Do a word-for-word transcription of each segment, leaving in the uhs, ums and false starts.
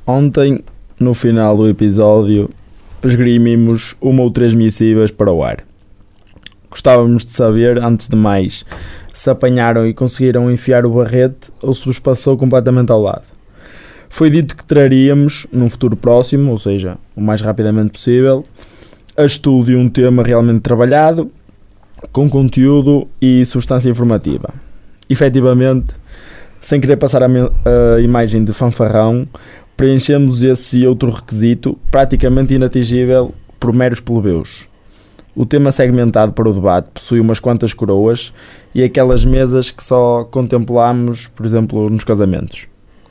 Ontem, no final do episódio, esgrimimos uma ou três missivas para o ar. Gostávamos de saber, antes de mais, se apanharam e conseguiram enfiar o barrete ou se vos passou completamente ao lado. Foi dito que traríamos, num futuro próximo, ou seja, o mais rapidamente possível, a estúdio um tema realmente trabalhado, com conteúdo e substância informativa. Efetivamente, sem querer passar a, me- a imagem de fanfarrão, preenchemos esse outro requisito praticamente inatingível por meros plebeus. O tema segmentado para o debate possui umas quantas coroas e aquelas mesas que só contemplamos, por exemplo, nos casamentos.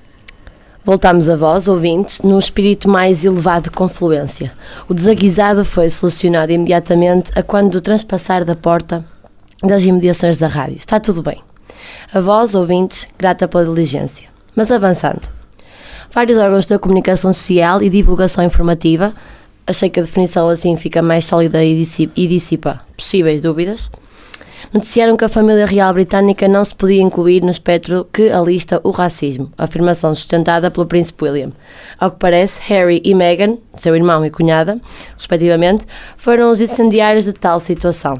Voltámos a vós, ouvintes, num espírito mais elevado de confluência. O desaguisado foi solucionado imediatamente a quando do transpassar da porta das imediações da rádio. Está tudo bem. A vós, ouvintes, grata pela diligência. Mas avançando. Vários órgãos da comunicação social e divulgação informativa, achei que a definição assim fica mais sólida e dissipa, e dissipa possíveis dúvidas, noticiaram que a família real britânica não se podia incluir no espectro que alista o racismo, afirmação sustentada pelo príncipe William. Ao que parece, Harry e Meghan, seu irmão e cunhada, respectivamente, foram os incendiários de tal situação.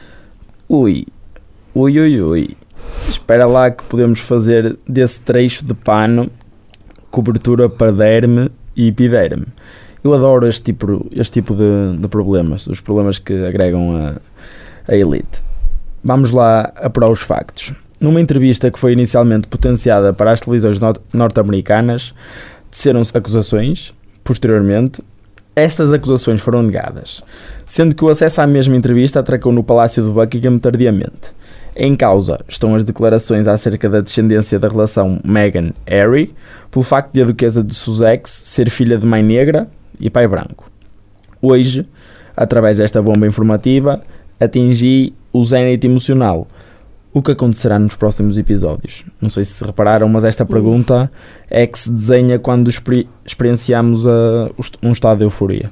Ui, ui, ui, ui. Espera lá que podemos fazer desse trecho de pano cobertura para derme e epiderme. Eu adoro este tipo, este tipo de, de problemas, os problemas que agregam a, a elite. Vamos lá apurar os factos. Numa entrevista que foi inicialmente potenciada para as televisões nor- norte-americanas, teceram-se acusações. Posteriormente, estas acusações foram negadas, sendo que o acesso à mesma entrevista atracou no Palácio de Buckingham tardiamente. Em causa estão as declarações acerca da descendência da relação Meghan-Harry, pelo facto de a duquesa de Sussex ser filha de mãe negra e pai branco. Hoje, através desta bomba informativa, atingi o zénite emocional. O que acontecerá nos próximos episódios? Não sei se repararam, mas esta pergunta é que se desenha quando exper- experienciamos a, um estado de euforia.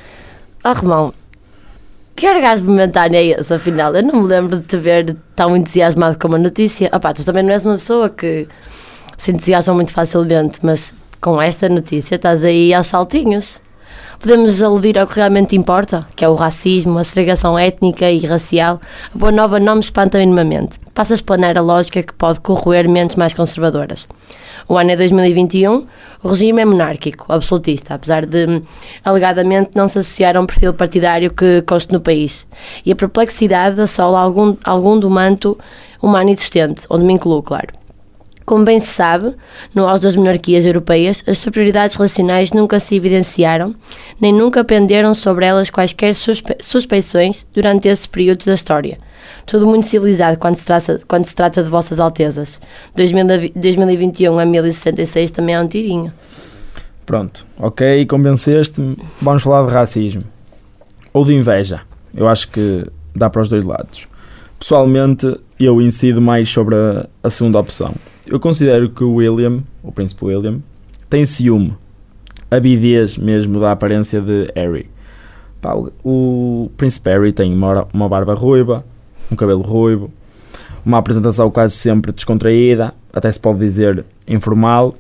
Ah, Romão, que orgasmo momentâneo é esse, afinal? Eu não me lembro de te ver tão entusiasmado com a notícia. Ah pá, tu também não és uma pessoa que se entusiasma muito facilmente, mas com esta notícia estás aí aos saltinhos. Podemos aludir ao que realmente importa, que é o racismo, a segregação étnica e racial. A boa nova não me espanta minimamente. Passa a explanar a lógica que pode corroer mentes mais conservadoras. O ano é dois mil e vinte e um, o regime é monárquico, absolutista, apesar de, alegadamente, não se associar a um perfil partidário que conste no país. E a perplexidade assola algum, algum do manto humano existente, onde me incluo, claro. Como bem se sabe, no auge das monarquias europeias, as superioridades relacionais nunca se evidenciaram, nem nunca penderam sobre elas quaisquer suspe- suspeições durante esses períodos da história. Tudo muito civilizado quando se trata, quando se trata de vossas altezas. dois mil e vinte e um a mil e sessenta e seis também é um tirinho. Pronto, ok, convenceste-me. Vamos falar de racismo. Ou de inveja. Eu acho que dá para os dois lados. Pessoalmente, eu incido mais sobre a, a segunda opção. Eu considero que o William, o príncipe William, tem ciúme, avidez mesmo da aparência de Harry. Pá, o, o príncipe Harry tem uma, uma barba ruiva, um cabelo ruivo, uma apresentação quase sempre descontraída, até se pode dizer informal.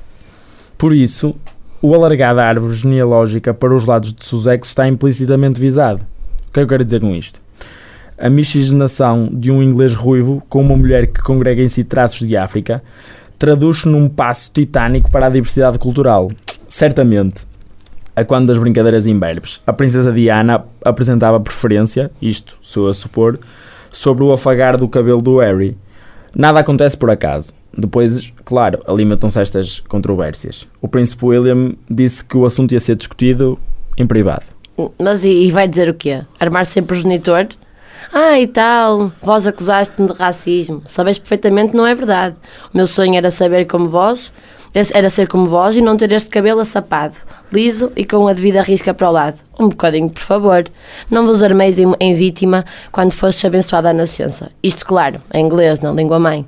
Por isso, o alargar da árvore genealógica para os lados de Sussex está implicitamente visado. O que é que eu quero dizer com isto? A miscigenação de um inglês ruivo com uma mulher que congrega em si traços de África traduz-se num passo titânico para a diversidade cultural. Certamente, a quando das brincadeiras imberbes, a princesa Diana apresentava preferência, isto sou a supor, sobre o afagar do cabelo do Harry. Nada acontece por acaso. Depois, claro, alimentam-se estas controvérsias. O príncipe William disse que o assunto ia ser discutido em privado. Mas e, e vai dizer o quê? Armar-se sem progenitor? Ah, e tal, vós acusaste-me de racismo. Sabeis perfeitamente que não é verdade. O meu sonho era saber como vós, era ser como vós e não ter este cabelo assapado, liso e com a devida risca para o lado. Um bocadinho, por favor. Não vos armeis em, em vítima quando fostes abençoada à nascença. Isto, claro, em inglês, não língua-mãe.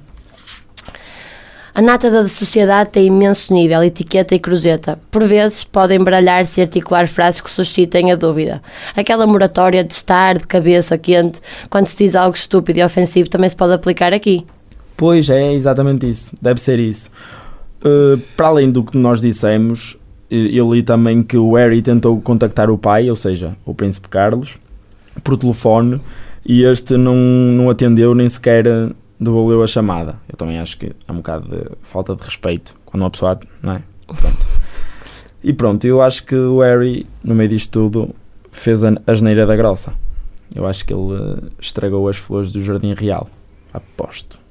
A nata da sociedade tem imenso nível, etiqueta e cruzeta. Por vezes podem baralhar-se e articular frases que suscitem a dúvida. Aquela moratória de estar de cabeça quente quando se diz algo estúpido e ofensivo também se pode aplicar aqui. Pois é, exatamente isso. Deve ser isso. Uh, para além do que nós dissemos, eu li também que o Harry tentou contactar o pai, ou seja, o Príncipe Carlos, por telefone, e este não, não atendeu, nem sequer devolveu a chamada. Eu também acho que é um bocado de falta de respeito quando uma pessoa, não é? Pronto. E pronto, eu acho que o Harry, no meio disto tudo, fez a asneira da grossa. Eu acho que ele estragou as flores do Jardim Real. Aposto.